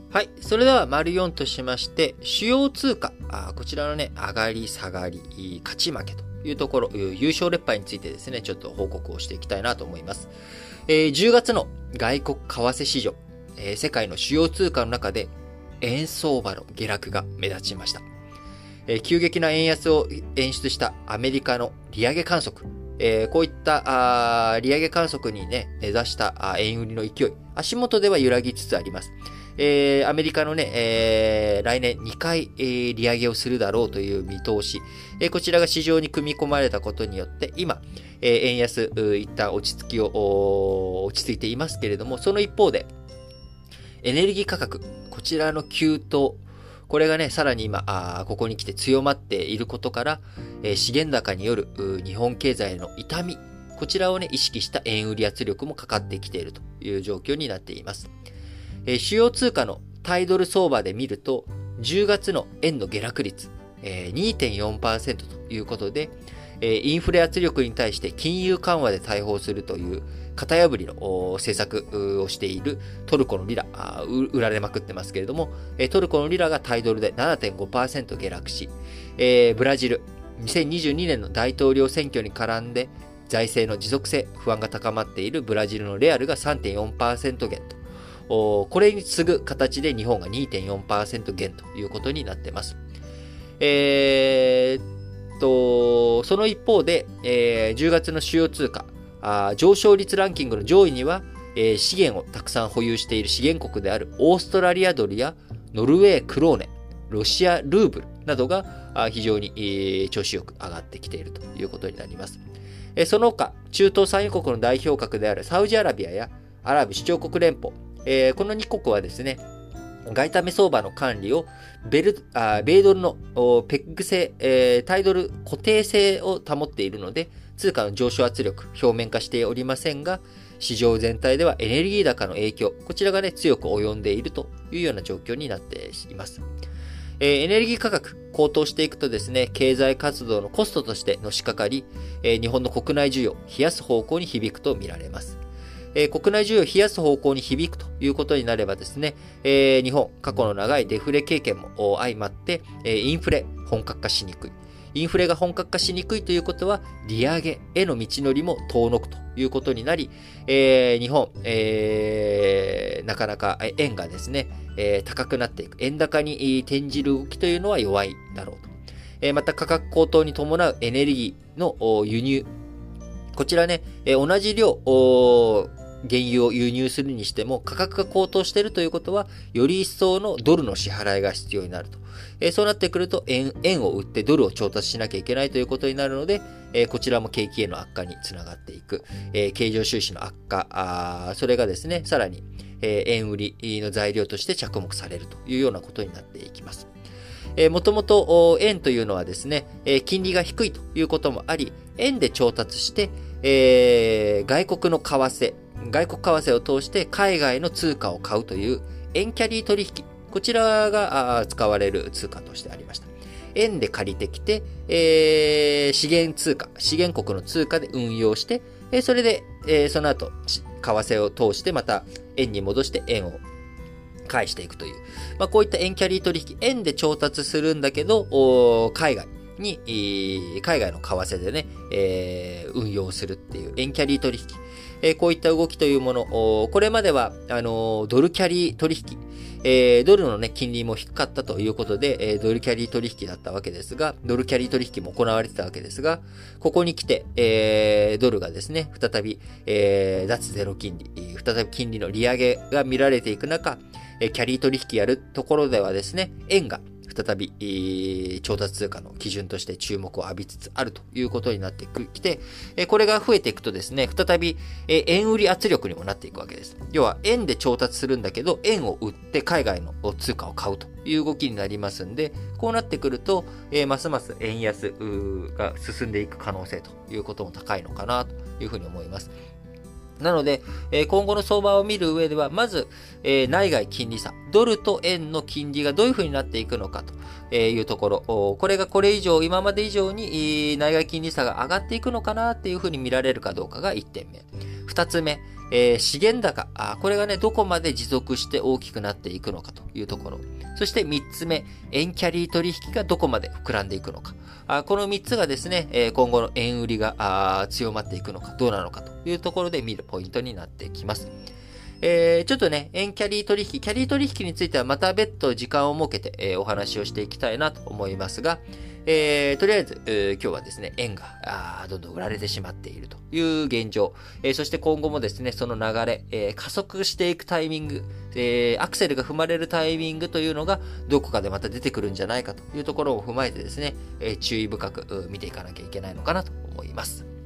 はい。それでは、丸4としまして、主要通貨、こちらのね、上がり、下がり、勝ち負けというところ、優勝劣敗についてですね、ちょっと報告をしていきたいなと思います。10月の外国為替市場、世界の主要通貨の中で、円相場の下落が目立ちました。急激な円安を演出したアメリカの利上げ観測、こういった利上げ観測にね、根ざした円売りの勢い、足元では揺らぎつつあります。アメリカのね、来年2回、利上げをするだろうという見通し、こちらが市場に組み込まれたことによって、今、円安、一旦落ち着いていますけれども、その一方で、エネルギー価格、こちらの急騰、これがね、さらに今、ここに来て強まっていることから、資源高による日本経済の痛み、こちらをね、意識した円売り圧力もかかってきているという状況になっています。主要通貨の対ドル相場で見ると、10月の円の下落率、2.4% ということで、インフレ圧力に対して金融緩和で対応するという型破りの政策をしているトルコのリラ、売られまくってますけれども、トルコのリラが対ドルで 7.5% 下落し、ブラジル、2022年の大統領選挙に絡んで財政の持続性、不安が高まっているブラジルのレアルが 3.4% 減と、これに次ぐ形で日本が 2.4% 減ということになっています。その一方で、10月の主要通貨、上昇率ランキングの上位には、資源をたくさん保有している資源国であるオーストラリアドルやノルウェークローネ、ロシアルーブルなどが非常に調子よく上がってきているということになります。その他、中東産油国の代表格であるサウジアラビアやアラブ首長国連邦、この2国はですね、外為相場の管理を米ドルのペッグ性、対ドル固定性を保っているので、通貨の上昇圧力、表面化しておりませんが、市場全体ではエネルギー高の影響、こちらがね、強く及んでいるというような状況になっています。エネルギー価格、高騰していくとですね、経済活動のコストとしてのしかかり、日本の国内需要、冷やす方向に響くと見られます。国内需要を冷やす方向に響くということになればですね、日本、過去の長いデフレ経験も相まって、インフレ、本格化しにくい。インフレが本格化しにくいということは、利上げへの道のりも遠のくということになり、日本、なかなか円がですね、高くなっていく。円高に転じる動きというのは弱いだろうと。また価格高騰に伴うエネルギーの輸入。こちらね、同じ量、原油を輸入するにしても価格が高騰しているということは、より一層のドルの支払いが必要になると。そうなってくると円を売ってドルを調達しなきゃいけないということになるので、こちらも景気への悪化につながっていく。経常収支の悪化、それがですね、さらに、円売りの材料として着目されるというようなことになっていきます。もともと円というのはですね、金利が低いということもあり、円で調達して、外国為替を通して海外の通貨を買うという円キャリー取引、こちらが使われる通貨としてありました。円で借りてきて、資源国の通貨で運用して、それで、その後、為替を通してまた円に戻して円を返していくという。こういった円キャリー取引、円で調達するんだけど、海外の為替でね、運用するっていう円キャリー取引。こういった動きというもの、これまでは、ドルキャリー取引、ドルのね、金利も低かったということで、ドルキャリー取引だったわけですが、ドルキャリー取引も行われてたわけですが、ここに来て、ドルがですね、再び、脱ゼロ金利、再び金利の利上げが見られていく中、キャリー取引やるところではですね、円が再び、調達通貨の基準として注目を浴びつつあるということになってきて、これが増えていくとですね、再び、円売り圧力にもなっていくわけです。要は、円で調達するんだけど、円を売って海外の通貨を買うという動きになりますんで、こうなってくると、ますます円安が進んでいく可能性ということも高いのかなというふうに思います。 なので、今後の相場を見る上では、まず、内外金利差、ドルと円の金利がどういう風になっていくのかというところ、これがこれ以上、今まで以上に内外金利差が上がっていくのかなっていう風に見られるかどうかが1点目。2つ目、資源高、これがね、どこまで持続して大きくなっていくのかというところ。そして3つ目、円キャリー取引がどこまで膨らんでいくのか。この3つがですね、今後の円売りが強まっていくのか、どうなのかというところで見るポイントになってきます。ちょっとね、円キャリー取引についてはまた別途時間を設けて、お話をしていきたいなと思いますが、とりあえず、今日はですね、円がどんどん売られてしまっているという現状、そして今後もですね、その流れ、加速していくタイミング、アクセルが踏まれるタイミングというのがどこかでまた出てくるんじゃないかというところを踏まえてですね、注意深く見ていかなきゃいけないのかなと思います。